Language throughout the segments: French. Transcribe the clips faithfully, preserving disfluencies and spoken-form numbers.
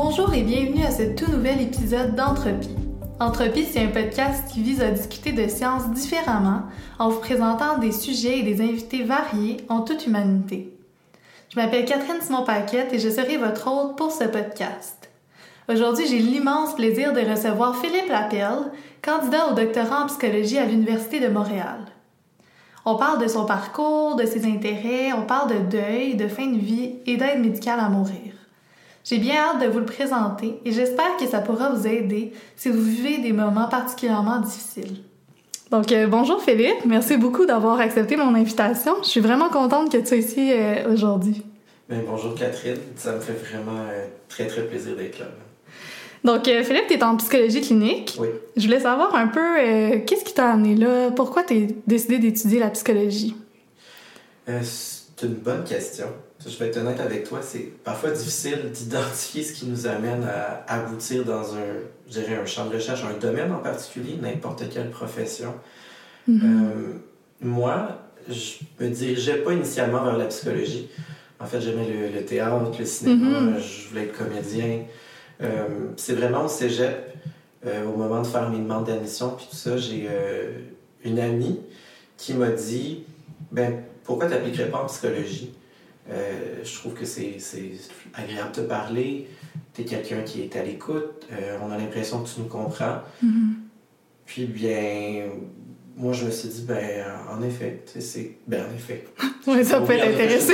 Bonjour et bienvenue à ce tout nouvel épisode d'Entropie. Entropie, c'est un podcast qui vise à discuter de sciences différemment en vous présentant des sujets et des invités variés en toute humanité. Je m'appelle Catherine Simon-Paquette et je serai votre hôte pour ce podcast. Aujourd'hui, j'ai l'immense plaisir de recevoir Philippe Lapelle, candidat au doctorat en psychologie à l'Université de Montréal. On parle de son parcours, de ses intérêts, on parle de deuil, de fin de vie et d'aide médicale à mourir. J'ai bien hâte de vous le présenter et j'espère que ça pourra vous aider si vous vivez des moments particulièrement difficiles. Donc, euh, bonjour Philippe, merci beaucoup d'avoir accepté mon invitation. Je suis vraiment contente que tu sois ici euh, aujourd'hui. Bien, bonjour Catherine, ça me fait vraiment euh, très très plaisir d'être là. Donc, euh, Philippe, tu es en psychologie clinique. Oui. Je voulais savoir un peu, euh, qu'est-ce qui t'a amené là? Pourquoi tu as décidé d'étudier la psychologie? Euh, c'est une bonne question. Je vais être honnête avec toi, c'est parfois difficile d'identifier ce qui nous amène à aboutir dans un, je dirais, un champ de recherche, un domaine en particulier, n'importe quelle profession. Mm-hmm. Euh, moi, je me dirigeais pas initialement vers la psychologie. En fait, j'aimais le, le théâtre, le cinéma, mm-hmm. je voulais être comédien. Euh, c'est vraiment au cégep, euh, au moment de faire mes demandes d'admission, puis tout ça, j'ai euh, une amie qui m'a dit ben pourquoi tu n'appliquerais pas en psychologie? Euh, je trouve que c'est, c'est agréable de te parler, tu es quelqu'un qui est à l'écoute, euh, on a l'impression que tu nous comprends. Mm-hmm. Puis bien, moi je me suis dit, ben en effet, tu sais, c'est. Ben en effet. Oui, ça peut t'intéresser.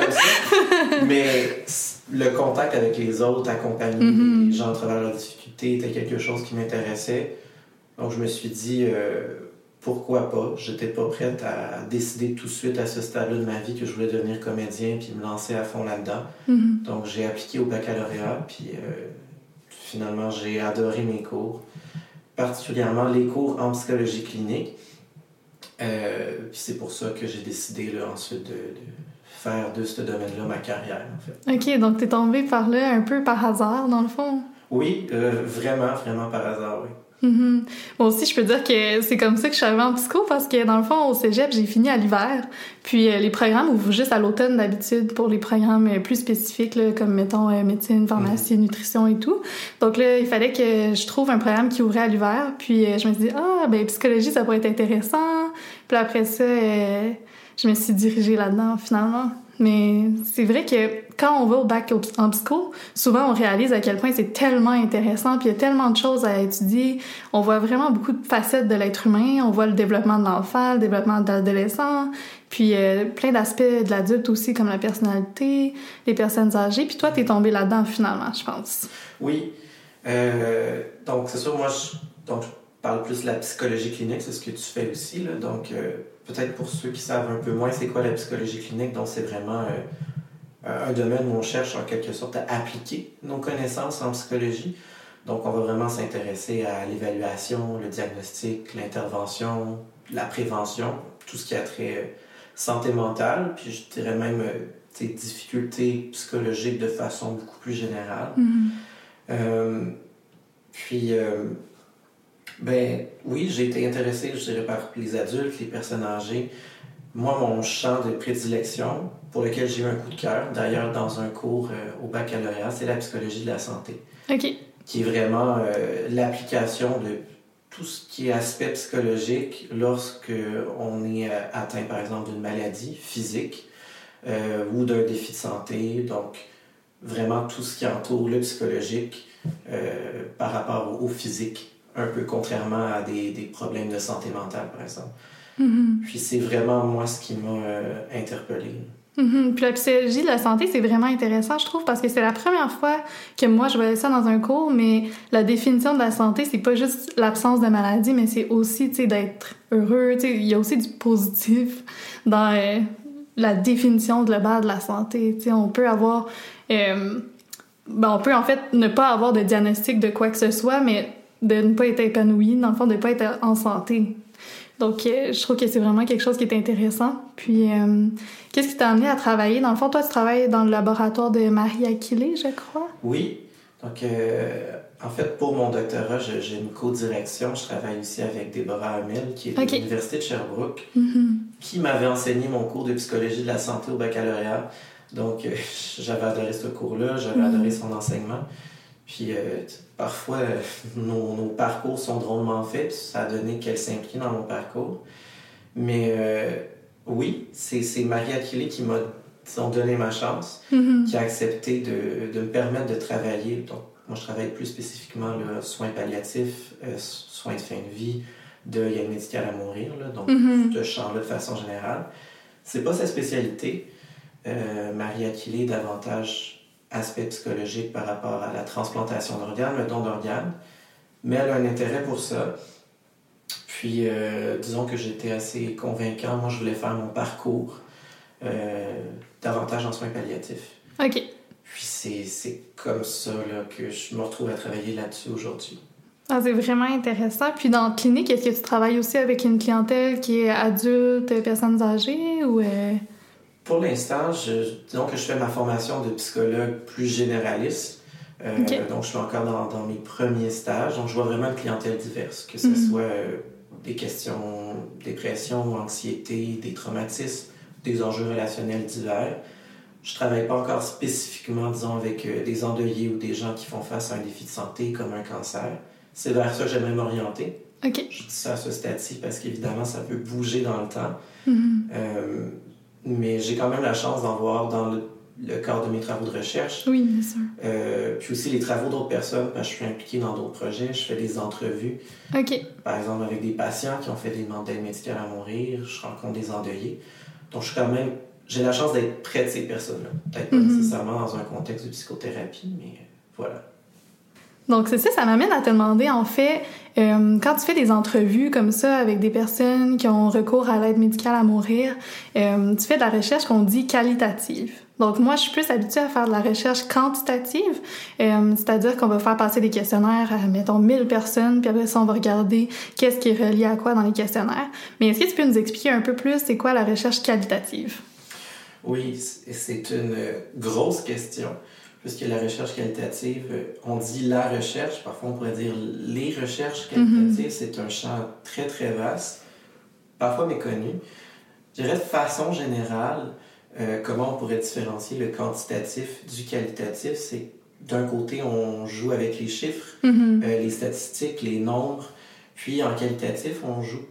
Mais le contact avec les autres, accompagner mm-hmm. les gens à travers leurs difficultés était quelque chose qui m'intéressait. Donc je me suis dit, euh, pourquoi pas? J'étais pas prête à décider tout de suite à ce stade-là de ma vie que je voulais devenir comédien puis me lancer à fond là-dedans. Mm-hmm. Donc j'ai appliqué au baccalauréat puis euh, finalement j'ai adoré mes cours, particulièrement les cours en psychologie clinique. Euh, puis c'est pour ça que j'ai décidé là, ensuite de, de faire de ce domaine-là ma carrière, en fait. OK, donc t'es tombé par là un peu par hasard, dans le fond? Oui, euh, vraiment, vraiment par hasard, oui. Mm-hmm. Moi aussi, je peux dire que c'est comme ça que je suis arrivée en psycho parce que, dans le fond, au cégep, j'ai fini à l'hiver. Puis euh, les programmes ouvrent juste à l'automne d'habitude pour les programmes euh, plus spécifiques, là, comme, mettons, euh, médecine, pharmacie, mm-hmm. nutrition et tout. Donc là, il fallait que je trouve un programme qui ouvrait à l'hiver. Puis euh, je me suis dit, ah, ben psychologie, ça pourrait être intéressant. Puis après ça, euh, je me suis dirigée là-dedans, finalement. Mais c'est vrai que quand on va au bac en psycho, souvent on réalise à quel point c'est tellement intéressant, puis il y a tellement de choses à étudier. On voit vraiment beaucoup de facettes de l'être humain. On voit le développement de l'enfant, le développement de l'adolescent, puis euh, plein d'aspects de l'adulte aussi, comme la personnalité, les personnes âgées. Puis toi, t'es tombé là-dedans finalement, je pense. Oui. Euh, donc c'est sûr, moi, je, donc, je parle plus de la psychologie clinique, c'est ce que tu fais aussi, là. Donc euh, peut-être pour ceux qui savent un peu moins c'est quoi la psychologie clinique, donc c'est vraiment euh, un domaine où on cherche en quelque sorte à appliquer nos connaissances en psychologie. Donc on va vraiment s'intéresser à l'évaluation, le diagnostic, l'intervention, la prévention, tout ce qui a trait euh, santé mentale, puis je dirais même euh, difficultés psychologiques de façon beaucoup plus générale. Mm-hmm. Euh, puis euh, ben oui, j'ai été intéressé, je dirais, par les adultes, les personnes âgées. Moi, mon champ de prédilection, pour lequel j'ai eu un coup de cœur, d'ailleurs dans un cours euh, au baccalauréat, c'est la psychologie de la santé. OK. Qui est vraiment euh, l'application de tout ce qui est aspect psychologique lorsque on est euh, atteint, par exemple, d'une maladie physique euh, ou d'un défi de santé. Donc, vraiment tout ce qui entoure le psychologique euh, par rapport au, au physique. Un peu contrairement à des, des problèmes de santé mentale, par exemple. Mm-hmm. Puis c'est vraiment, moi, ce qui m'a euh, interpellée. Mm-hmm. Puis la psychologie de la santé, c'est vraiment intéressant, je trouve, parce que c'est la première fois que moi, je voyais ça dans un cours, mais la définition de la santé, c'est pas juste l'absence de maladie, mais c'est aussi, tu sais, d'être heureux. Tu sais, il y a aussi du positif dans euh, la définition globale de la santé. Tu sais, on peut avoir... Euh, ben, on peut, en fait, ne pas avoir de diagnostic de quoi que ce soit, mais de ne pas être épanoui, dans le fond, de ne pas être en santé. Donc, euh, je trouve que c'est vraiment quelque chose qui est intéressant. Puis, euh, qu'est-ce qui t'a amené à travailler? Dans le fond, toi, tu travailles dans le laboratoire de Marie Aquilée, je crois? Oui. Donc, euh, en fait, pour mon doctorat, je, j'ai une co-direction. Je travaille aussi avec Déborah Hamel, qui est de okay. l'Université de Sherbrooke, mm-hmm. qui m'avait enseigné mon cours de psychologie de la santé au baccalauréat. Donc, euh, j'avais adoré ce cours-là, j'avais mm-hmm. adoré son enseignement. Puis euh, parfois, euh, nos, nos parcours sont drôlement faits, puis ça a donné qu'elle s'implique dans mon parcours. Mais euh, oui, c'est, c'est Marie-Aquilée qui m'a, disons, donné ma chance, mm-hmm. qui a accepté de, de me permettre de travailler. Donc, moi, je travaille plus spécifiquement là, soins palliatifs, euh, soins de fin de vie, de l'aide médicale à mourir, là, donc mm-hmm. ce champ-là de façon générale. C'est pas sa spécialité. Euh, Marie-Aquilée, davantage aspect psychologique par rapport à la transplantation d'organes, le don d'organes, mais elle a un intérêt pour ça. Puis, euh, disons que j'étais assez convaincant. Moi, je voulais faire mon parcours euh, davantage en soins palliatifs. OK. Puis, c'est, c'est comme ça là, que je me retrouve à travailler là-dessus aujourd'hui. Ah, c'est vraiment intéressant. Puis, dans la clinique, est-ce que tu travailles aussi avec une clientèle qui est adulte, personnes âgées ou... Euh... Pour l'instant, je, disons que je fais ma formation de psychologue plus généraliste. Euh, okay. Donc, je suis encore dans, dans mes premiers stages. Donc, je vois vraiment une clientèle diverse, que ce mm-hmm. soit euh, des questions dépression, anxiété, des traumatismes, des enjeux relationnels divers. Je travaille pas encore spécifiquement, disons, avec euh, des endeuillés ou des gens qui font face à un défi de santé comme un cancer. C'est vers ça que j'aimerais m'orienter. Okay. Je dis ça à ce stade-ci parce qu'évidemment, ça peut bouger dans le temps. Mm-hmm. Euh, mais j'ai quand même la chance d'en voir dans le, le cadre de mes travaux de recherche. Oui, bien sûr. Euh, puis aussi les travaux d'autres personnes, parce que je suis impliqué dans d'autres projets. Je fais des entrevues. OK. Par exemple, avec des patients qui ont fait des demandes d'aide médicale à mourir. Je rencontre des endeuillés. Donc, je suis quand même... J'ai la chance d'être près de ces personnes-là. Peut-être pas mm-hmm. nécessairement dans un contexte de psychothérapie, mais voilà. Donc, c'est ça, ça m'amène à te demander, en fait, euh, quand tu fais des entrevues comme ça avec des personnes qui ont recours à l'aide médicale à mourir, euh, tu fais de la recherche qu'on dit qualitative. Donc, moi, je suis plus habituée à faire de la recherche quantitative, euh, c'est-à-dire qu'on va faire passer des questionnaires à, mettons, mille personnes, puis après ça, on va regarder qu'est-ce qui est relié à quoi dans les questionnaires. Mais est-ce que tu peux nous expliquer un peu plus c'est quoi la recherche qualitative? Oui, c'est une grosse question. Puisque la recherche qualitative, on dit la recherche, parfois on pourrait dire les recherches qualitatives, mm-hmm. c'est un champ très très vaste, parfois méconnu. Je dirais de façon générale, euh, comment on pourrait différencier le quantitatif du qualitatif, c'est d'un côté on joue avec les chiffres, mm-hmm. euh, les statistiques, les nombres, puis en qualitatif on joue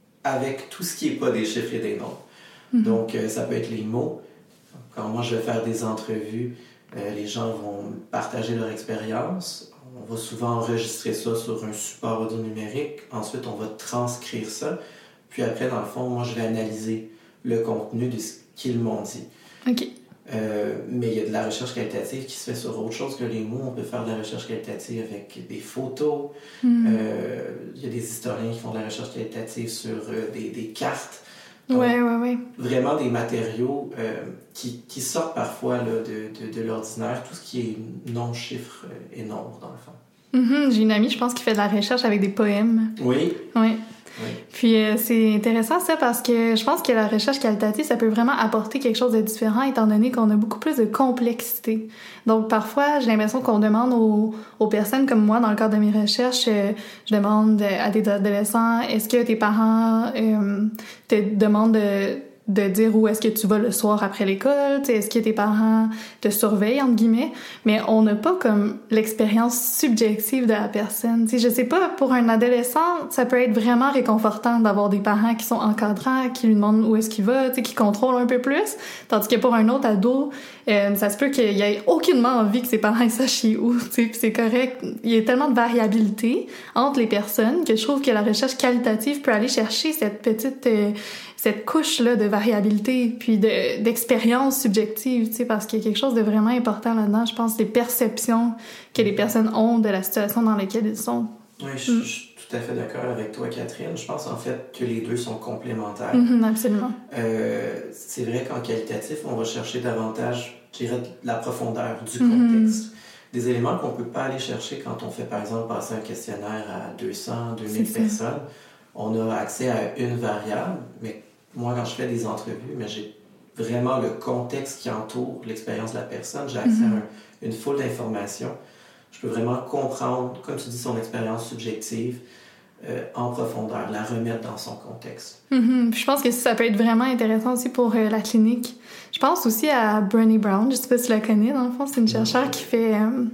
avec tout ce qui n'est pas des chiffres et des nombres. Mm-hmm. Donc euh, ça peut être les mots. Quand moi je vais faire des entrevues, Euh, les gens vont partager leur expérience. On va souvent enregistrer ça sur un support audio numérique. Ensuite, on va transcrire ça. Puis après, dans le fond, moi, je vais analyser le contenu de ce qu'ils m'ont dit. OK. Euh, mais il y a de la recherche qualitative qui se fait sur autre chose que les mots. On peut faire de la recherche qualitative avec des photos. Mm. Euh, il y a des historiens qui font de la recherche qualitative sur euh, des, des cartes. Oui, oui, oui. Vraiment des matériaux euh, qui, qui sortent parfois là, de, de, de l'ordinaire, tout ce qui est non-chiffre et nombre, dans le fond. Mm-hmm. J'ai une amie, je pense, qui fait de la recherche avec des poèmes. Oui. Oui. Oui. Puis euh, c'est intéressant ça parce que je pense que la recherche qualitative, ça peut vraiment apporter quelque chose de différent étant donné qu'on a beaucoup plus de complexité. Donc parfois, j'ai l'impression qu'on demande aux, aux personnes comme moi, dans le cadre de mes recherches, euh, je demande à des adolescents, est-ce que tes parents euh, te demandent de... de dire où est-ce que tu vas le soir après l'école, est-ce que tes parents te surveillent, entre guillemets, mais on n'a pas comme l'expérience subjective de la personne. T'sais, je sais pas, pour un adolescent, ça peut être vraiment réconfortant d'avoir des parents qui sont encadrants, qui lui demandent où est-ce qu'il va, qui contrôlent un peu plus, tandis que pour un autre ado, euh, ça se peut qu'il y ait aucunement envie que ses parents sachent où, puis c'est correct. Il y a tellement de variabilité entre les personnes que je trouve que la recherche qualitative peut aller chercher cette petite... Euh, cette couche-là de variabilité puis de, d'expérience subjective, tu sais, parce qu'il y a quelque chose de vraiment important là-dedans, je pense, les perceptions que les personnes ont de la situation dans laquelle ils sont. Oui, je, mm. je suis tout à fait d'accord avec toi, Catherine. Je pense en fait que les deux sont complémentaires. Mm-hmm, absolument. Euh, c'est vrai qu'en qualitatif, on va chercher davantage, je dirais, la profondeur du contexte. Mm-hmm. Des éléments qu'on ne peut pas aller chercher quand on fait, par exemple, passer un questionnaire à deux cents, deux mille personnes. On a accès à une variable, mais moi, quand je fais des entrevues, mais j'ai vraiment le contexte qui entoure l'expérience de la personne. J'ai accès mm-hmm. à un, une foule d'informations. Je peux vraiment comprendre, comme tu dis, son expérience subjective euh, en profondeur, la remettre dans son contexte. Mm-hmm. Je pense que ça peut être vraiment intéressant aussi pour euh, la clinique. Je pense aussi à Brené Brown, je ne sais pas si tu la connais, dans le fond, c'est une chercheure qui fait... Euh,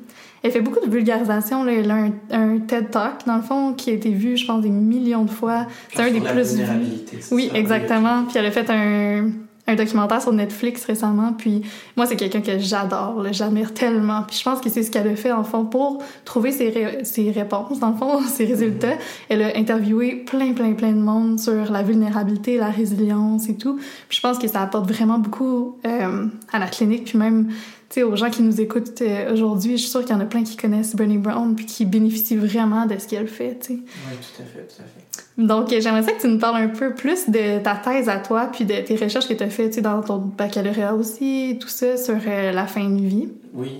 elle fait beaucoup de vulgarisation. Là. Elle a un, un TED Talk, dans le fond, qui a été vu, je pense, des millions de fois. C'est un des plus vus. Oui, ça, exactement. Puis elle a fait un... un documentaire sur Netflix récemment, puis moi, c'est quelqu'un que j'adore, là, j'admire tellement, puis je pense que c'est ce qu'elle a fait, en fond, pour trouver ses, ré- ses réponses, dans le fond, ses résultats. Mm-hmm. Elle a interviewé plein, plein, plein de monde sur la vulnérabilité, la résilience et tout, puis je pense que ça apporte vraiment beaucoup euh, à la clinique, puis même, tu sais, aux gens qui nous écoutent euh, aujourd'hui, je suis sûre qu'il y en a plein qui connaissent Brené Brown, puis qui bénéficient vraiment de ce qu'elle fait, tu sais. Oui, tout à fait, tout à fait. Donc, j'aimerais ça que tu nous parles un peu plus de ta thèse à toi, puis de tes recherches que tu as faites, tu sais, dans ton baccalauréat aussi, tout ça, sur euh, la fin de vie. Oui.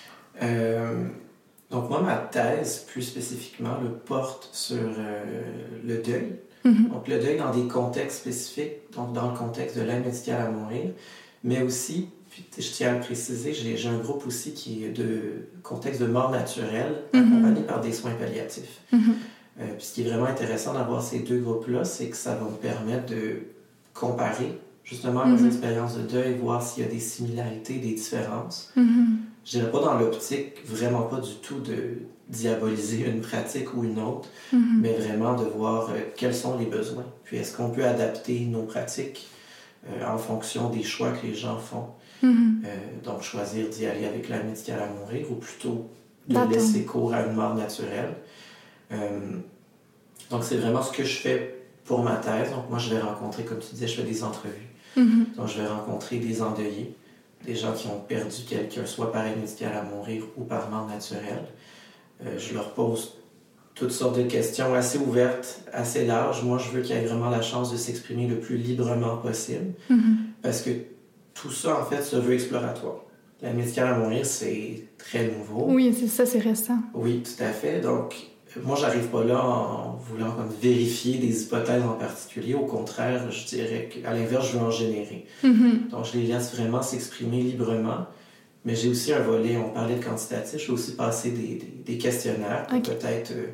Euh, donc, moi, ma thèse, plus spécifiquement, le porte sur euh, le deuil. Mm-hmm. Donc, le deuil dans des contextes spécifiques, donc dans le contexte de l'aide médicale à mourir, mais aussi, puis je tiens à le préciser, j'ai, j'ai un groupe aussi qui est de contexte de mort naturelle, mm-hmm. accompagné par des soins palliatifs. Mm-hmm. Euh, puis ce qui est vraiment intéressant d'avoir ces deux groupes-là, c'est que ça va me permettre de comparer justement mm-hmm. mes expériences de deuil, voir s'il y a des similarités, des différences. Mm-hmm. Je dirais pas dans l'optique, vraiment pas du tout de diaboliser une pratique ou une autre, mm-hmm. mais vraiment de voir euh, quels sont les besoins. Puis est-ce qu'on peut adapter nos pratiques euh, en fonction des choix que les gens font. Mm-hmm. Euh, donc choisir d'y aller avec l'aide médicale à mourir ou plutôt de D'accord. laisser cours à une mort naturelle. Euh, donc, c'est vraiment ce que je fais pour ma thèse. Donc, moi, je vais rencontrer, comme tu disais, je fais des entrevues. Mm-hmm. Donc, je vais rencontrer des endeuillés, des gens qui ont perdu quelqu'un, soit par aide médicale à mourir ou par mort naturelle. Euh, je leur pose toutes sortes de questions assez ouvertes, assez larges. Moi, je veux qu'ils aient vraiment la chance de s'exprimer le plus librement possible. Mm-hmm. Parce que tout ça, en fait, se veut exploratoire. L'aide médicale à mourir, c'est très nouveau. Oui, c'est ça, c'est récent. Oui, tout à fait. Donc, moi, j'arrive pas là en voulant comme, vérifier des hypothèses en particulier. Au contraire, je dirais qu'à l'inverse, je veux en générer. Mm-hmm. Donc, je les laisse vraiment s'exprimer librement. Mais j'ai aussi un volet, on parlait de quantitatif, je vais aussi passer des, des, des questionnaires pour okay. peut-être, euh,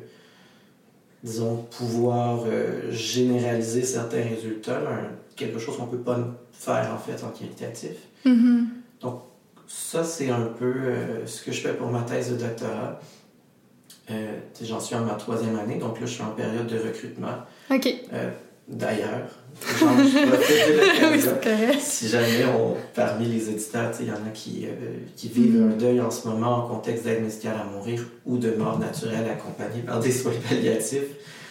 disons, pouvoir euh, généraliser certains résultats, un, quelque chose qu'on peut pas faire, en fait, en qualitatif. Mm-hmm. Donc, ça, c'est un peu euh, ce que je fais pour ma thèse de doctorat. Euh, j'en suis à ma troisième année, donc là, je suis en période de recrutement. OK. Euh, d'ailleurs, genre, je profite de l'occasion. Oui, si jamais, on, parmi les éditeurs, il y en a qui, euh, qui vivent mm-hmm. un deuil en ce moment en contexte d'aide médicale à mourir ou de mort naturelle accompagnée par des soins palliatifs,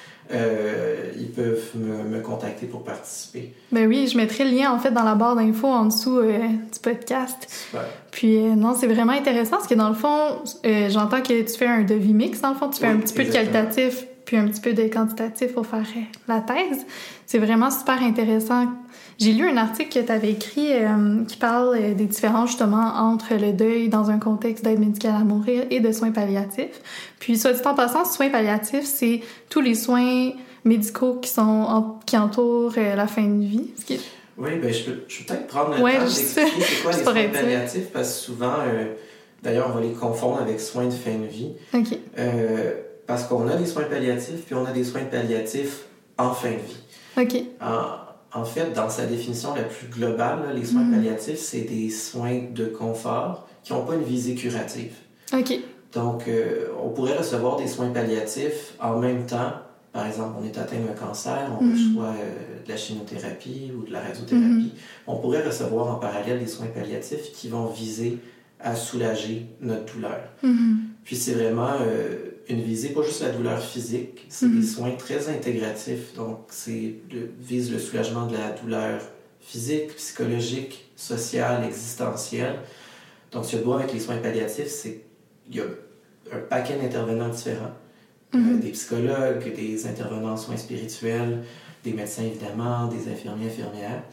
Euh, ils peuvent me, me contacter pour participer. Ben oui, je mettrai le lien en fait dans la barre d'infos en dessous euh, du podcast. Super. Puis euh, non, c'est vraiment intéressant parce que dans le fond, euh, j'entends que tu fais un devis mix. Dans le fond, tu fais oui, un petit exactement. peu de qualitatif puis un petit peu de quantitatif pour faire euh, la thèse. C'est vraiment super intéressant. J'ai lu un article que tu avais écrit euh, qui parle euh, des différences justement entre le deuil dans un contexte d'aide médicale à mourir et de soins palliatifs. Puis, soit dit en passant, soins palliatifs, c'est tous les soins médicaux qui sont en, qui entourent euh, la fin de vie. Qui... Oui, bien, je peux, je peux peut-être prendre le ouais, temps d'expliquer c'est quoi les soins palliatifs, parce que souvent, euh, d'ailleurs, on va les confondre avec soins de fin de vie. OK. Euh, parce qu'on a des soins palliatifs, puis on a des soins palliatifs en fin de vie. OK. En, En fait, dans sa définition la plus globale, là, les soins mmh. palliatifs, c'est des soins de confort qui n'ont pas une visée curative. OK. Donc, euh, on pourrait recevoir des soins palliatifs en même temps. Par exemple, on est atteint d'un cancer, on mmh. reçoit euh, de la chimiothérapie ou de la radiothérapie. Mmh. On pourrait recevoir en parallèle des soins palliatifs qui vont viser à soulager notre douleur. Mmh. Puis c'est vraiment... Euh, une visée, pas juste la douleur physique, c'est mm-hmm. des soins très intégratifs. Donc, c'est le, vise le soulagement de la douleur physique, psychologique, sociale, existentielle. Donc, ce qu'il y a de beau avec les soins palliatifs, c'est qu'il y a un paquet d'intervenants différents. Mm-hmm. Euh, des psychologues, des intervenants en soins spirituels, des médecins, évidemment, des infirmiers, infirmières.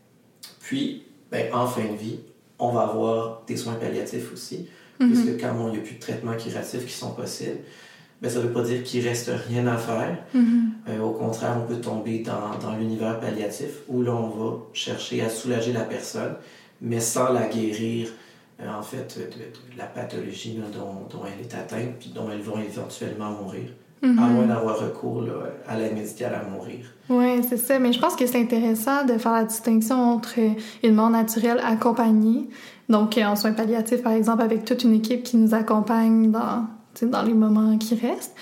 Puis, ben, en fin de vie, on va avoir des soins palliatifs aussi. Mm-hmm. Puisque quand bon, il n'y a plus de traitements curatifs qui sont possibles, ben, ça ne veut pas dire qu'il ne reste rien à faire. Mm-hmm. Euh, au contraire, on peut tomber dans, dans l'univers palliatif où là, on va chercher à soulager la personne, mais sans la guérir, euh, en fait, de, de la pathologie là, dont, dont elle est atteinte puis dont elle va éventuellement mourir. Mm-hmm. À moins d'avoir recours là, à l'aide médicale à mourir. Oui, c'est ça. Mais je pense que c'est intéressant de faire la distinction entre une mort naturelle accompagnée Donc, en soins palliatifs, par exemple, avec toute une équipe qui nous accompagne dans, dans les moments qui restent,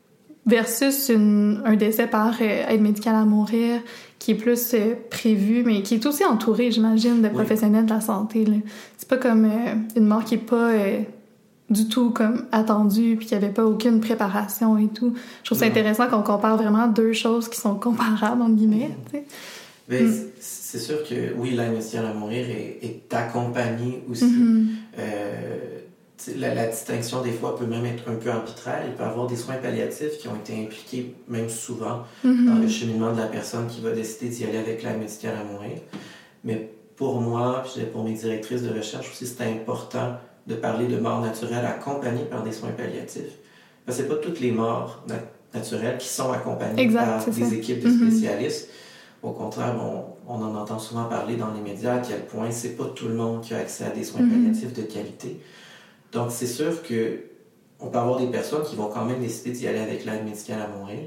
versus une, un décès par euh, aide médicale à mourir qui est plus euh, prévu, mais qui est aussi entouré, j'imagine, de professionnels oui. de la santé. Là. C'est pas comme euh, une mort qui est pas euh, du tout comme attendue, puis qu'il n'y avait pas aucune préparation et tout. Je trouve ça intéressant qu'on compare vraiment deux choses qui sont comparables, entre guillemets. Mm. Mais mm. c'est sûr que, oui, l'aide médicale à mourir est, est accompagnée aussi. Mm-hmm. Euh, La, la distinction, des fois, peut même être un peu arbitraire. Il peut y avoir des soins palliatifs qui ont été impliqués, même souvent, mm-hmm. dans le cheminement de la personne qui va décider d'y aller avec l'aide médicale à mourir. Mais pour moi, puis pour mes directrices de recherche aussi, c'est important de parler de mort naturelle accompagnée par des soins palliatifs. Parce que c'est pas toutes les morts nat- naturelles qui sont accompagnées exact, par des ça. équipes de mm-hmm. spécialistes. Au contraire, on, on en entend souvent parler dans les médias à quel point c'est pas tout le monde qui a accès à des soins mm-hmm. palliatifs de qualité. Donc, c'est sûr qu'on peut avoir des personnes qui vont quand même décider d'y aller avec l'aide médicale à mourir,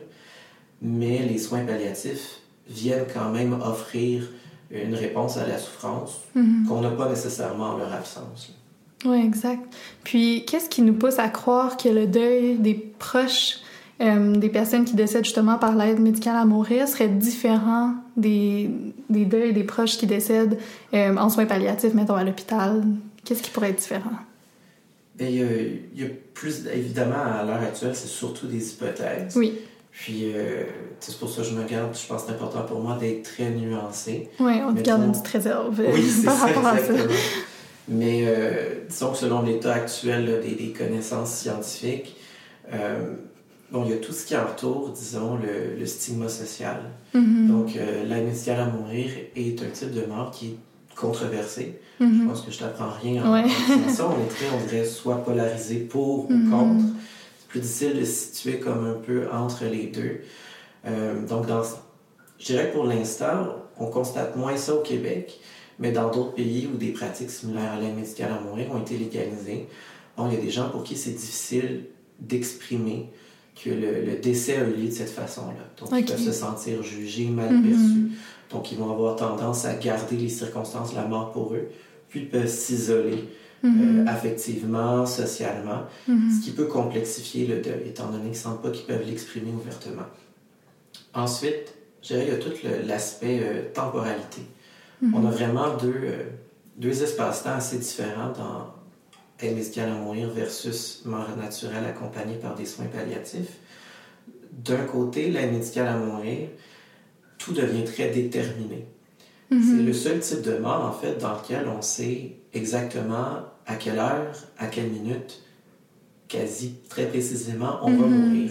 mais les soins palliatifs viennent quand même offrir une réponse à la souffrance mm-hmm. qu'on n'a pas nécessairement en leur absence. Oui, exact. Puis, qu'est-ce qui nous pousse à croire que le deuil des proches, euh, des personnes qui décèdent justement par l'aide médicale à mourir, serait différent des, des deuils des proches qui décèdent euh, en soins palliatifs, mettons, à l'hôpital? Qu'est-ce qui pourrait être différent? Bien, il, y a, il y a plus, évidemment, à l'heure actuelle, c'est surtout des hypothèses. Oui. Puis, euh, c'est pour ça que je me garde, je pense que c'est important pour moi d'être très nuancé. Oui, on te garde une petite réserve oui, c'est par ça, rapport à ça. Mais euh, disons que selon l'état actuel là, des, des connaissances scientifiques, euh, bon, il y a tout ce qui entoure, disons, le, le stigma social. Mm-hmm. Donc, euh, l'aide médicale à mourir est un type de mort qui est controversé. Mm-hmm. Je pense que je t'apprends rien en, ouais. en disant ça. On est très, on dirait, soit polarisé pour mm-hmm. ou contre. C'est plus difficile de se situer comme un peu entre les deux. Euh, donc, dans, je dirais que pour l'instant, on constate moins ça au Québec, mais dans d'autres pays où des pratiques similaires à l'aide médicale à mourir ont été légalisées, bon, il y a des gens pour qui c'est difficile d'exprimer que le, le décès a eu lieu de cette façon-là. Donc, okay. ils peuvent se sentir jugés, mal mm-hmm. perçus. Donc, ils vont avoir tendance à garder les circonstances de la mort pour eux, puis ils peuvent s'isoler mm-hmm. euh, affectivement, socialement, mm-hmm. ce qui peut complexifier le deuil, étant donné qu'ils ne sentent pas qu'ils peuvent l'exprimer ouvertement. Ensuite, je dirais qu'il y a tout le, l'aspect euh, temporalité. Mm-hmm. On a vraiment deux, euh, deux espaces-temps assez différents dans aide médicale à mourir versus mort naturelle accompagnée par des soins palliatifs. D'un côté, l'aide médicale à mourir, tout devient très déterminé. Mm-hmm. C'est le seul type de mort, en fait, dans lequel on sait exactement à quelle heure, à quelle minute, quasi très précisément, on mm-hmm. va mourir.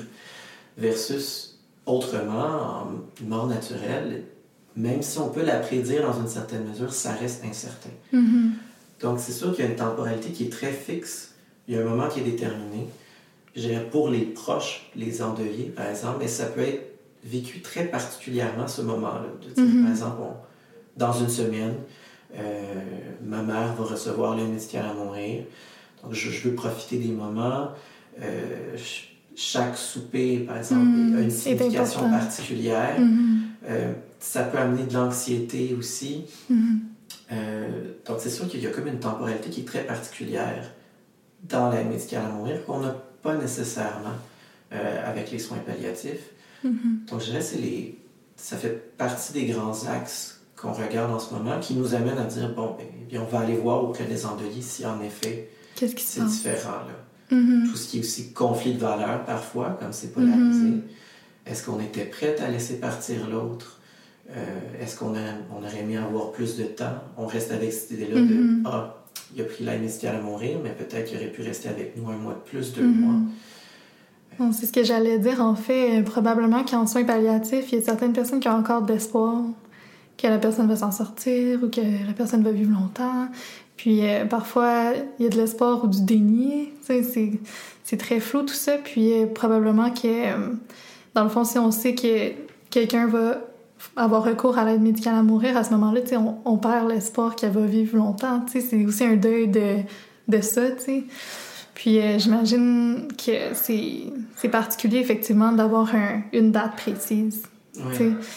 Versus, autrement, en mort naturelle, même si on peut la prédire dans une certaine mesure, ça reste incertain. Mm-hmm. Donc, c'est sûr qu'il y a une temporalité qui est très fixe. Il y a un moment qui est déterminé. Je dirais pour les proches, les endeuillés, par exemple, mais ça peut être vécu très particulièrement ce moment-là. De dire, mm-hmm. par exemple, on, dans une semaine, euh, ma mère va recevoir l'aide médicale à mourir. Donc, je, je veux profiter des moments. Euh, chaque souper, par exemple, mm-hmm. a une signification particulière. Mm-hmm. Euh, ça peut amener de l'anxiété aussi. Mm-hmm. Euh, donc, c'est sûr qu'il y a comme une temporalité qui est très particulière dans l'aide médicale à mourir qu'on n'a pas nécessairement euh, avec les soins palliatifs. Mm-hmm. Donc, je dirais que c'est les... ça fait partie des grands axes qu'on regarde en ce moment qui nous amènent à dire, bon, ben, on va aller voir auprès des endeuillés si en effet Qu'est-ce qui c'est se différent. Là. Mm-hmm. Tout ce qui est aussi conflit de valeurs parfois, comme c'est polarisé. Mm-hmm. Est-ce qu'on était prête à laisser partir l'autre? Euh, est-ce qu'on a, on aurait aimé avoir plus de temps? On reste avec cette idée-là mm-hmm. de « Ah, il a pris l'aide médicale à mourir, mais peut-être qu'il aurait pu rester avec nous un mois de plus, deux mm-hmm. mois. » Bon, c'est ce que j'allais dire. En fait, probablement qu'en soins palliatifs, il y a certaines personnes qui ont encore de l'espoir que la personne va s'en sortir ou que la personne va vivre longtemps. Puis euh, parfois, il y a de l'espoir ou du déni. C'est, c'est très flou tout ça. Puis euh, probablement que, euh, dans le fond, si on sait que quelqu'un va avoir recours à l'aide médicale à mourir, à ce moment-là, on, on perd l'espoir qu'elle va vivre longtemps. C'est aussi un deuil de, de ça, t'sais. Puis euh, j'imagine que c'est, c'est particulier, effectivement, d'avoir un, une date précise. Oui.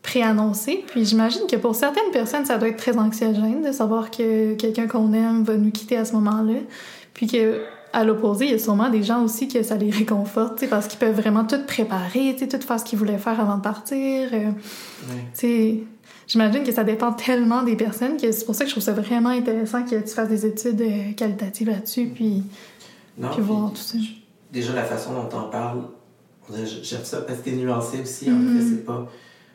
préannoncé. Puis j'imagine que pour certaines personnes, ça doit être très anxiogène de savoir que quelqu'un qu'on aime va nous quitter à ce moment-là. Puis que à l'opposé, il y a sûrement des gens aussi que ça les réconforte, parce qu'ils peuvent vraiment tout préparer, tout faire ce qu'ils voulaient faire avant de partir. Euh, oui. J'imagine que ça dépend tellement des personnes que c'est pour ça que je trouve ça vraiment intéressant que tu fasses des études euh, qualitatives là-dessus, puis, non, puis voir tout ça. Déjà, la façon dont t'en parles, j'aime ça parce que t'es nuancé aussi. Mm-hmm. En fait, c'est pas...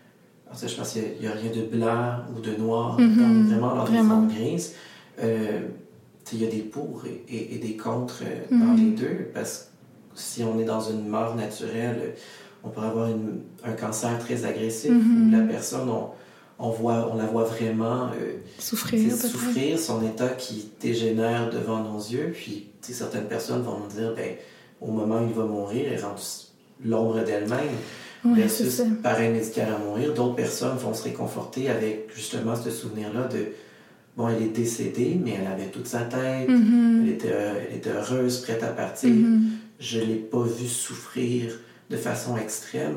En je pense qu'il n'y a, a rien de blanc ou de noir, mm-hmm. dans, vraiment dans vraiment. des zones grises. Euh, il y a des pour et, et, et des contre euh, mm-hmm. dans les deux, parce que si on est dans une mort naturelle, on peut avoir une, un cancer très agressif mm-hmm. où la personne, on, on, voit, on la voit vraiment euh, souffrir, souffrir, son état qui dégénère devant nos yeux. Puis certaines personnes vont nous dire, ben, au moment où il va mourir, elle est rendue l'ombre d'elle-même. Oui, versus pareil médical à mourir. D'autres personnes vont se réconforter avec justement ce souvenir-là de bon, elle est décédée, mais elle avait toute sa tête, mm-hmm. elle, était, elle était heureuse, prête à partir. Mm-hmm. Je ne l'ai pas vue souffrir de façon extrême.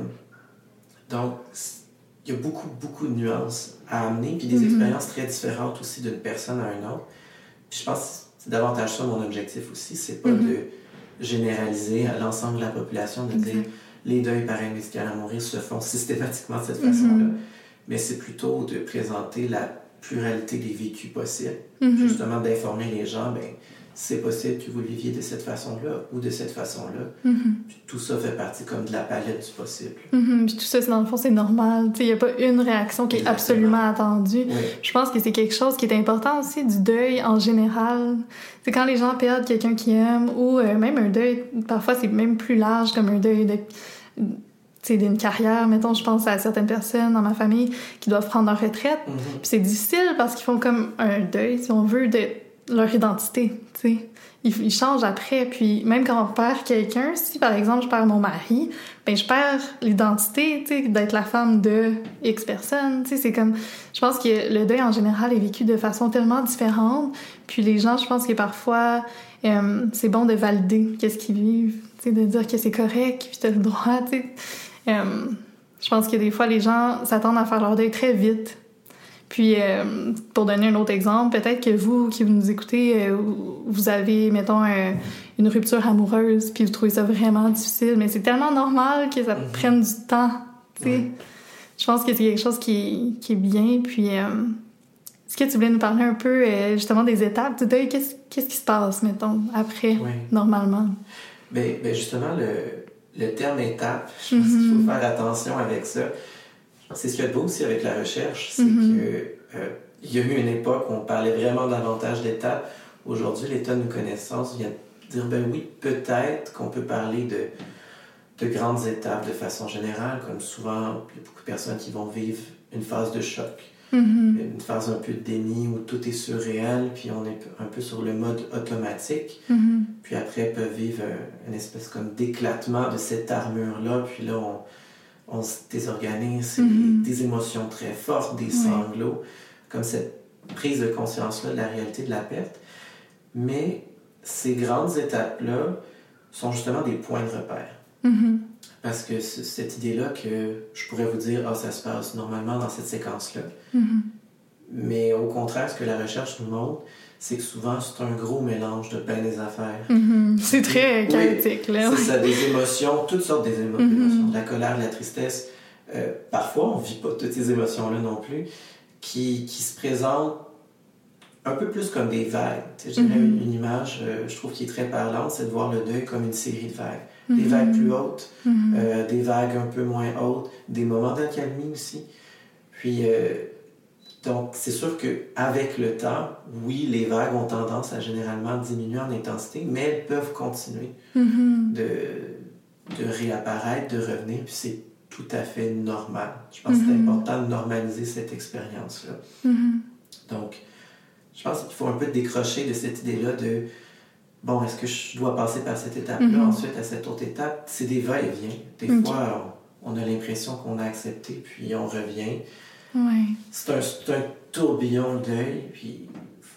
Donc, il y a beaucoup, beaucoup de nuances à amener, puis des mm-hmm. expériences très différentes aussi d'une personne à une autre. Puis je pense que c'est davantage ça mon objectif aussi, c'est pas mm-hmm. de généraliser à l'ensemble de la population, de exact. dire les deuils par aide médicale à mourir se font systématiquement de cette mm-hmm. façon-là, mais c'est plutôt de présenter la pluralité des vécus possibles, mm-hmm. justement d'informer les gens, ben c'est possible que vous le viviez de cette façon-là ou de cette façon-là. Mm-hmm. Puis tout ça fait partie comme de la palette du possible. Mm-hmm. Puis tout ça, dans le fond, c'est normal. Il n'y a pas une réaction qui est Exactement. absolument attendue. Oui. Je pense que c'est quelque chose qui est important aussi du deuil en général. C'est quand les gens perdent quelqu'un qu'ils aiment ou euh, même un deuil, parfois c'est même plus large comme un deuil de... T'sais, d'une carrière, mettons, je pense à certaines personnes dans ma famille qui doivent prendre leur retraite. Mm-hmm. Puis c'est difficile parce qu'ils font comme un deuil, si on veut, de leur identité, tu sais. Ils, ils changent après, puis même quand on perd quelqu'un, si par exemple je perds mon mari, ben je perds l'identité, tu sais, d'être la femme de X personne, tu sais, c'est comme... Je pense que le deuil en général est vécu de façon tellement différente, puis les gens, je pense que parfois, euh, c'est bon de valider qu'est-ce qu'ils vivent, tu sais, de dire que c'est correct, puis t'as le droit, tu sais... Euh, je pense que des fois, les gens s'attendent à faire leur deuil très vite. Puis, euh, pour donner un autre exemple, peut-être que vous, qui nous écoutez, euh, vous avez, mettons, un, une rupture amoureuse, puis vous trouvez ça vraiment difficile, mais c'est tellement normal que ça mm-hmm. prenne du temps, tu sais. Mm-hmm. Je pense que c'est quelque chose qui, qui est bien, puis... Euh, est-ce que tu voulais nous parler un peu, euh, justement, des étapes du deuil? Qu'est-ce, qu'est-ce qui se passe, mettons, après, oui. normalement? Bien, ben justement, le... Le terme étape, je pense mm-hmm. qu'il faut faire attention avec ça. C'est ce qu'il y a de beau aussi avec la recherche, c'est mm-hmm. que euh, il y a eu une époque où on parlait vraiment davantage d'étapes. Aujourd'hui, l'état de nos connaissances vient dire, ben oui, peut-être qu'on peut parler de, de grandes étapes de façon générale, comme souvent, il y a beaucoup de personnes qui vont vivre une phase de choc, mm-hmm. une phase un peu de déni où tout est surréel, puis on est un peu sur le mode automatique. Mm-hmm. Puis après, peuvent vivre une espèce comme d'éclatement de cette armure-là. Puis là, on, on se désorganise. C'est mm-hmm. des émotions très fortes, des sanglots, oui. comme cette prise de conscience-là de la réalité de la perte. Mais ces grandes étapes-là sont justement des points de repère. Mm-hmm. Parce que c'est cette idée-là que je pourrais vous dire, ah, ça se passe normalement dans cette séquence-là. Mm-hmm. Mais au contraire, ce que la recherche nous montre, c'est que souvent, c'est un gros mélange de plein des affaires. Mm-hmm. C'est très chaotique, oui, là. C'est ça, des émotions, toutes sortes des émo- mm-hmm. d'émotions. La colère, la tristesse. Euh, parfois, on ne vit pas toutes ces émotions-là non plus, qui, qui se présentent un peu plus comme des vagues. Tu sais, je dirais mm-hmm. une, une image, euh, je trouve, qui est très parlante, c'est de voir le deuil comme une série de vagues. Mm-hmm. Des vagues plus hautes, mm-hmm. euh, des vagues un peu moins hautes, des moments d'accalmie aussi. Puis... Euh, Donc, c'est sûr qu'avec le temps, oui, les vagues ont tendance à généralement diminuer en intensité, mais elles peuvent continuer mm-hmm. de, de réapparaître, de revenir, puis c'est tout à fait normal. Je pense mm-hmm. que c'est important de normaliser cette expérience-là. Mm-hmm. Donc, je pense qu'il faut un peu décrocher de cette idée-là de bon, est-ce que je dois passer par cette étape-là, mm-hmm. ensuite à cette autre étape? C'est des va-et-vient. Des okay. fois, on, on a l'impression qu'on a accepté, puis on revient. Ouais. C'est un, c'est un tourbillon de deuil, puis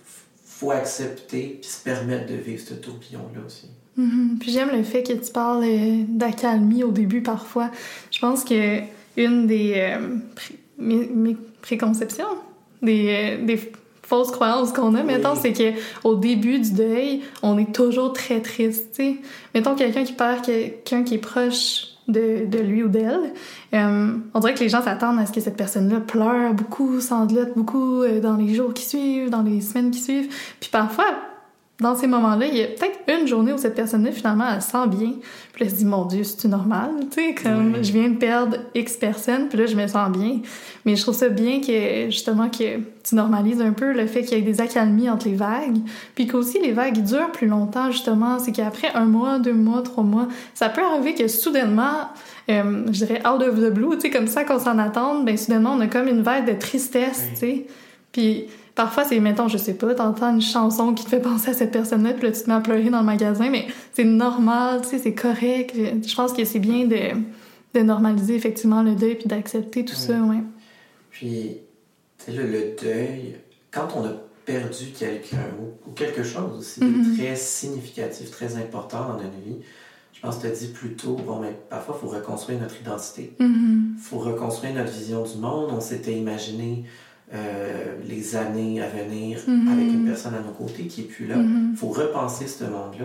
faut accepter, puis se permettre de vivre ce tourbillon-là aussi. Mm-hmm. Puis j'aime le fait que tu parles d'accalmie au début parfois. Je pense que une des, euh, mes, mes préconceptions, des, euh, des fausses croyances qu'on a, oui. Mettons, c'est qu'au début du deuil, on est toujours très triste, tu sais. Mettons quelqu'un qui perd quelqu'un qui est proche de, de lui ou d'elle, euh, on dirait que les gens s'attendent à ce que cette personne-là pleure beaucoup, sanglote beaucoup euh, dans les jours qui suivent, dans les semaines qui suivent. Puis parfois, dans ces moments-là, il y a peut-être une journée où cette personne-là, finalement, elle se sent bien. Puis là, elle se dit, mon Dieu, c'est-tu normal? Tu sais, comme, oui. Je viens de perdre X personnes, puis là, je me sens bien. Mais je trouve ça bien que, justement, que tu normalises un peu le fait qu'il y ait des accalmies entre les vagues. Puis qu'aussi, les vagues durent plus longtemps, justement. C'est qu'après un mois, deux mois, trois mois, ça peut arriver que soudainement, euh, je dirais out of the blue, tu sais, comme ça qu'on s'en attende, ben soudainement, on a comme une vague de tristesse, oui. Tu sais. Puis parfois, c'est, mettons, je sais pas, t'entends une chanson qui te fait penser à cette personne-là, puis là, tu te mets à pleurer dans le magasin, mais c'est normal, tu sais, c'est correct. Je pense que c'est bien de, de normaliser, effectivement, le deuil, puis d'accepter tout oui. Ça, ouais. Puis, tu sais, le, le deuil, quand on a perdu quelqu'un ou, ou quelque chose aussi mm-hmm. de très significatif, très important dans notre vie, je pense que tu as dit plus tôt, bon, mais parfois, il faut reconstruire notre identité. Il mm-hmm. faut reconstruire notre vision du monde. On s'était imaginé euh, les années à venir mm-hmm. avec une personne à nos côtés qui n'est plus là. Il mm-hmm. faut repenser ce monde-là.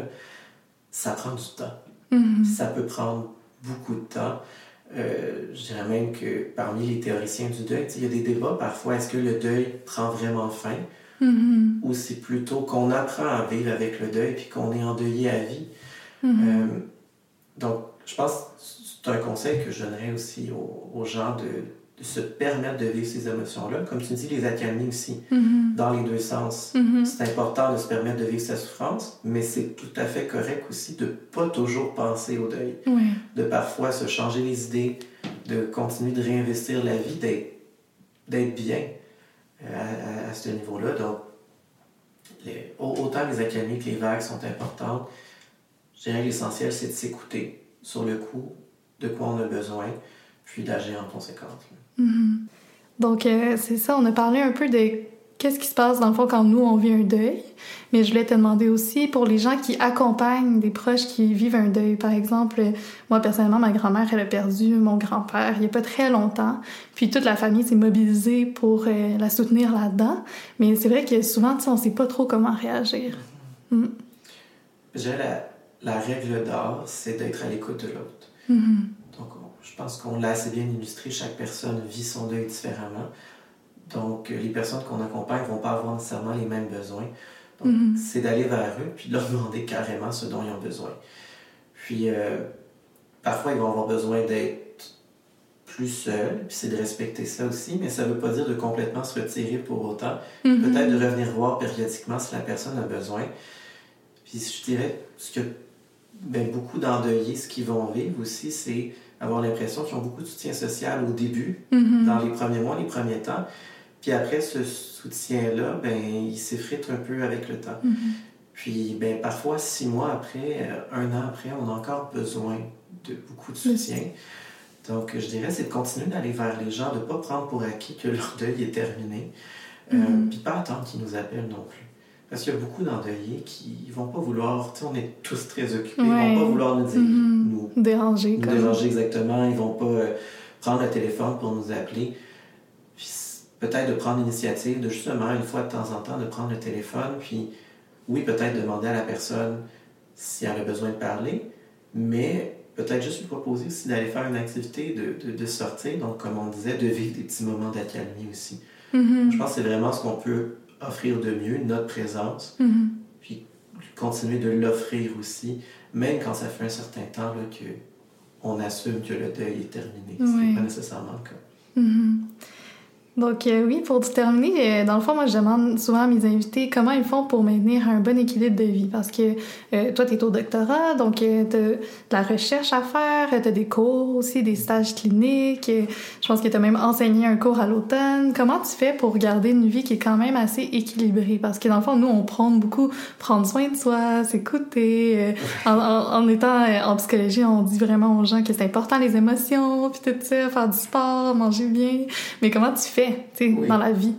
Ça prend du temps. Mm-hmm. Ça peut prendre beaucoup de temps. Euh, je dirais même que parmi les théoriciens du deuil, il y a des débats parfois. Est-ce que le deuil prend vraiment fin? Mm-hmm. Ou c'est plutôt qu'on apprend à vivre avec le deuil puis qu'on est endeuillé à vie? Mm-hmm. Euh, donc, je pense que c'est un conseil que je donnerais aussi aux, aux gens de, de se permettre de vivre ces émotions-là. Comme tu dis, les accalmies aussi, mm-hmm. dans les deux sens. Mm-hmm. C'est important de se permettre de vivre sa souffrance, mais c'est tout à fait correct aussi de ne pas toujours penser au deuil. Oui. De parfois se changer les idées, de continuer de réinvestir la vie, d'être, d'être bien à, à, à ce niveau-là. Donc, les, autant les accalmies que les vagues sont importantes, je dirais que l'essentiel, c'est de s'écouter sur le coup, de quoi on a besoin, puis d'agir en conséquence. Mm-hmm. Donc, euh, c'est ça, on a parlé un peu de qu'est-ce qui se passe, dans le fond, quand nous, on vit un deuil. Mais je voulais te demander aussi, pour les gens qui accompagnent des proches qui vivent un deuil, par exemple, moi, personnellement, ma grand-mère, elle a perdu mon grand-père il n'y a pas très longtemps. Puis toute la famille s'est mobilisée pour euh, la soutenir là-dedans. Mais c'est vrai que souvent, on ne sait pas trop comment réagir. Mm-hmm. Mm. Je dirais la... La règle d'or, c'est d'être à l'écoute de l'autre. Mm-hmm. Donc, on, je pense qu'on l'a assez bien illustré. Chaque personne vit son deuil différemment. Donc, les personnes qu'on accompagne ne vont pas avoir nécessairement les mêmes besoins. Donc, mm-hmm. c'est d'aller vers eux puis de leur demander carrément ce dont ils ont besoin. Puis, euh, parfois, ils vont avoir besoin d'être plus seuls, puis c'est de respecter ça aussi, mais ça ne veut pas dire de complètement se retirer pour autant. Mm-hmm. Peut-être de revenir voir périodiquement si la personne a besoin. Puis, je dirais, ce que ben, beaucoup d'endeuillés, ce qu'ils vont vivre aussi, c'est avoir l'impression qu'ils ont beaucoup de soutien social au début, mm-hmm. dans les premiers mois, les premiers temps. Puis après, ce soutien-là, ben, il s'effrite un peu avec le temps. Mm-hmm. Puis ben, parfois, six mois après, un an après, on a encore besoin de beaucoup de soutien. Mm-hmm. Donc, je dirais, c'est de continuer d'aller vers les gens, de ne pas prendre pour acquis que leur deuil est terminé. Mm-hmm. Euh, puis pas attendre qu'ils nous appellent non plus. Parce qu'il y a beaucoup d'endeuillés qui ne vont pas vouloir, tu sais, on est tous très occupés, ouais. Ils ne vont pas vouloir nous dire, mm-hmm. nous déranger. Nous déranger exactement, ils ne vont pas euh, prendre le téléphone pour nous appeler. Puis peut-être de prendre l'initiative de justement, une fois de temps en temps, de prendre le téléphone, puis oui, peut-être demander à la personne si elle a besoin de parler, mais peut-être juste lui proposer aussi d'aller faire une activité, de, de, de sortir, donc comme on disait, de vivre des petits moments d'accalmie aussi. Mm-hmm. Je pense que c'est vraiment ce qu'on peut offrir de mieux, notre présence, mm-hmm. puis continuer de l'offrir aussi, même quand ça fait un certain temps là, qu'on assume que le deuil est terminé. Oui. C'est pas nécessairement le cas. Mm-hmm. Donc euh, oui, pour terminer, euh, dans le fond, moi je demande souvent à mes invités comment ils font pour maintenir un bon équilibre de vie, parce que euh, toi t'es au doctorat, donc euh, t'as de la recherche à faire, t'as des cours aussi, des stages cliniques, euh, je pense que t'as même enseigné un cours à l'automne. Comment tu fais pour garder une vie qui est quand même assez équilibrée? Parce que dans le fond, nous on prône beaucoup prendre soin de soi, s'écouter. Euh, en, en, en étant euh, en psychologie, on dit vraiment aux gens que c'est important les émotions, puis tout ça, faire du sport, manger bien. Mais comment tu fais? Oui. Dans la vie.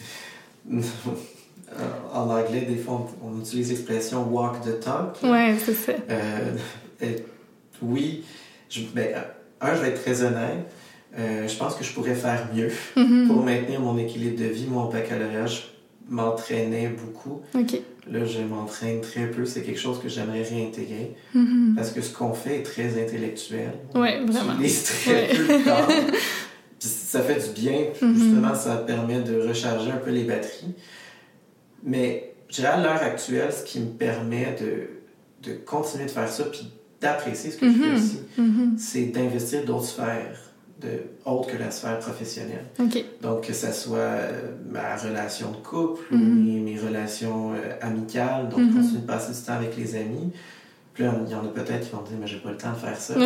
En anglais, des fois, on utilise l'expression « walk the talk ». Oui, c'est ça. Euh, et, oui, je, ben, un, je vais être très honnête. Euh, je pense que je pourrais faire mieux Mm-hmm. pour maintenir mon équilibre de vie. Moi, au baccalauréat, je m'entraînais beaucoup. OK. Là, je m'entraîne très peu. C'est quelque chose que j'aimerais réintégrer. Mm-hmm. Parce que ce qu'on fait est très intellectuel. Ouais, vraiment. On utilise très Ouais. peu le corps. Puis ça fait du bien. Mm-hmm. Justement, ça permet de recharger un peu les batteries. Mais je dirais à l'heure actuelle, ce qui me permet de, de continuer de faire ça puis d'apprécier ce que Mm-hmm. je fais aussi, Mm-hmm. c'est d'investir d'autres sphères, de, autres que la sphère professionnelle. OK. Donc, que ça soit euh, ma relation de couple ou Mhm. mes, mes relations euh, amicales, donc Mhm. continuer de passer du temps avec les amis. Puis là, il y en a peut-être qui vont dire, mais j'ai pas le temps de faire ça.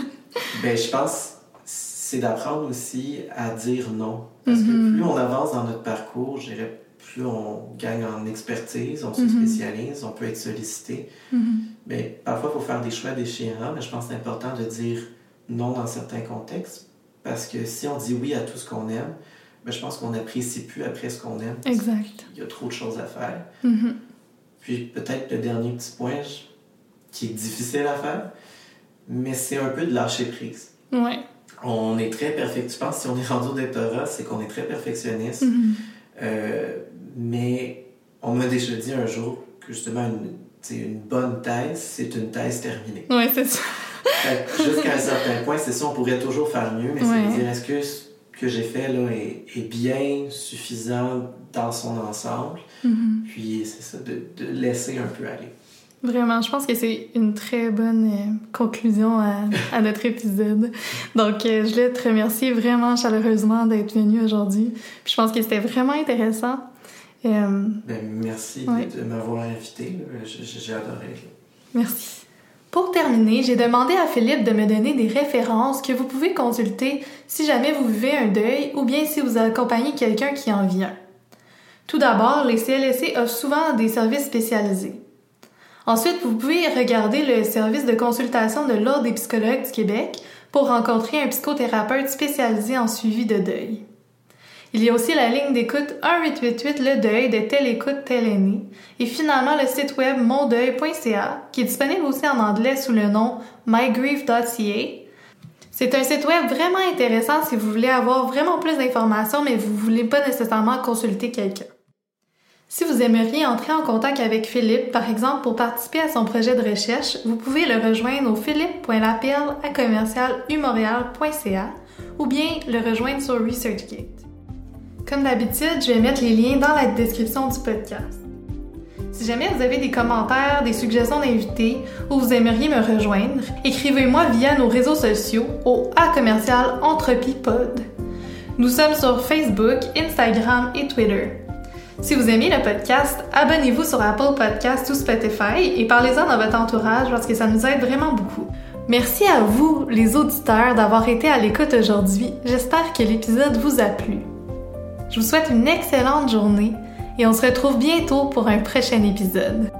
Ben, je pense c'est d'apprendre aussi à dire non. Parce que Mhm. plus on avance dans notre parcours, je dirais, plus on gagne en expertise, on se Mhm. spécialise, on peut être sollicité. Mm-hmm. Mais parfois, il faut faire des choix déchirants, mais je pense que c'est important de dire non dans certains contextes. Parce que si on dit oui à tout ce qu'on aime, ben, je pense qu'on n'apprécie plus après ce qu'on aime. Exact. Il y a trop de choses à faire. Mm-hmm. Puis peut-être le dernier petit point je- qui est difficile à faire, mais c'est un peu de lâcher prise. Ouais. On est très perfectionniste. Je pense que si on est rendu au doctorat, c'est qu'on est très perfectionniste. Mm-hmm. Euh, mais on m'a déjà dit un jour que justement une, tu sais, une bonne thèse, c'est une thèse terminée. Ouais, c'est ça. Fait que jusqu'à un certain point, c'est ça, on pourrait toujours faire mieux, mais Ouais. c'est de dire est-ce que ce que j'ai fait là est, est bien suffisant dans son ensemble, Mm-hmm. puis c'est ça, de, de laisser un peu aller. Vraiment, je pense que c'est une très bonne euh, conclusion à, à notre épisode. Donc, euh, je voulais te remercier vraiment chaleureusement d'être venu aujourd'hui. Puis je pense que c'était vraiment intéressant. Euh, Ben, merci Ouais. de, de m'avoir invité, là. J'ai, j'ai adoré. Là. Merci. Pour terminer, j'ai demandé à Philippe de me donner des références que vous pouvez consulter si jamais vous vivez un deuil ou bien si vous accompagnez quelqu'un qui en vit un. Tout d'abord, les C L S C offrent souvent des services spécialisés. Ensuite, vous pouvez regarder le service de consultation de l'Ordre des psychologues du Québec pour rencontrer un psychothérapeute spécialisé en suivi de deuil. Il y a aussi la ligne d'écoute un huit huit huit Le Deuil de Telle Écoute Tel Aîné et finalement le site web mon deuil point c a qui est disponible aussi en anglais sous le nom my grief dot c a. C'est un site web vraiment intéressant si vous voulez avoir vraiment plus d'informations mais vous voulez pas nécessairement consulter quelqu'un. Si vous aimeriez entrer en contact avec Philippe, par exemple pour participer à son projet de recherche, vous pouvez le rejoindre au philippe point lapelle à commercial u montréal point c a ou bien le rejoindre sur ResearchGate. Comme d'habitude, je vais mettre les liens dans la description du podcast. Si jamais vous avez des commentaires, des suggestions d'invités ou vous aimeriez me rejoindre, écrivez-moi via nos réseaux sociaux au A commercial EntropiePod. Nous sommes sur Facebook, Instagram et Twitter. Si vous aimez le podcast, abonnez-vous sur Apple Podcasts ou Spotify et parlez-en dans votre entourage parce que ça nous aide vraiment beaucoup. Merci à vous, les auditeurs, d'avoir été à l'écoute aujourd'hui. J'espère que l'épisode vous a plu. Je vous souhaite une excellente journée et on se retrouve bientôt pour un prochain épisode.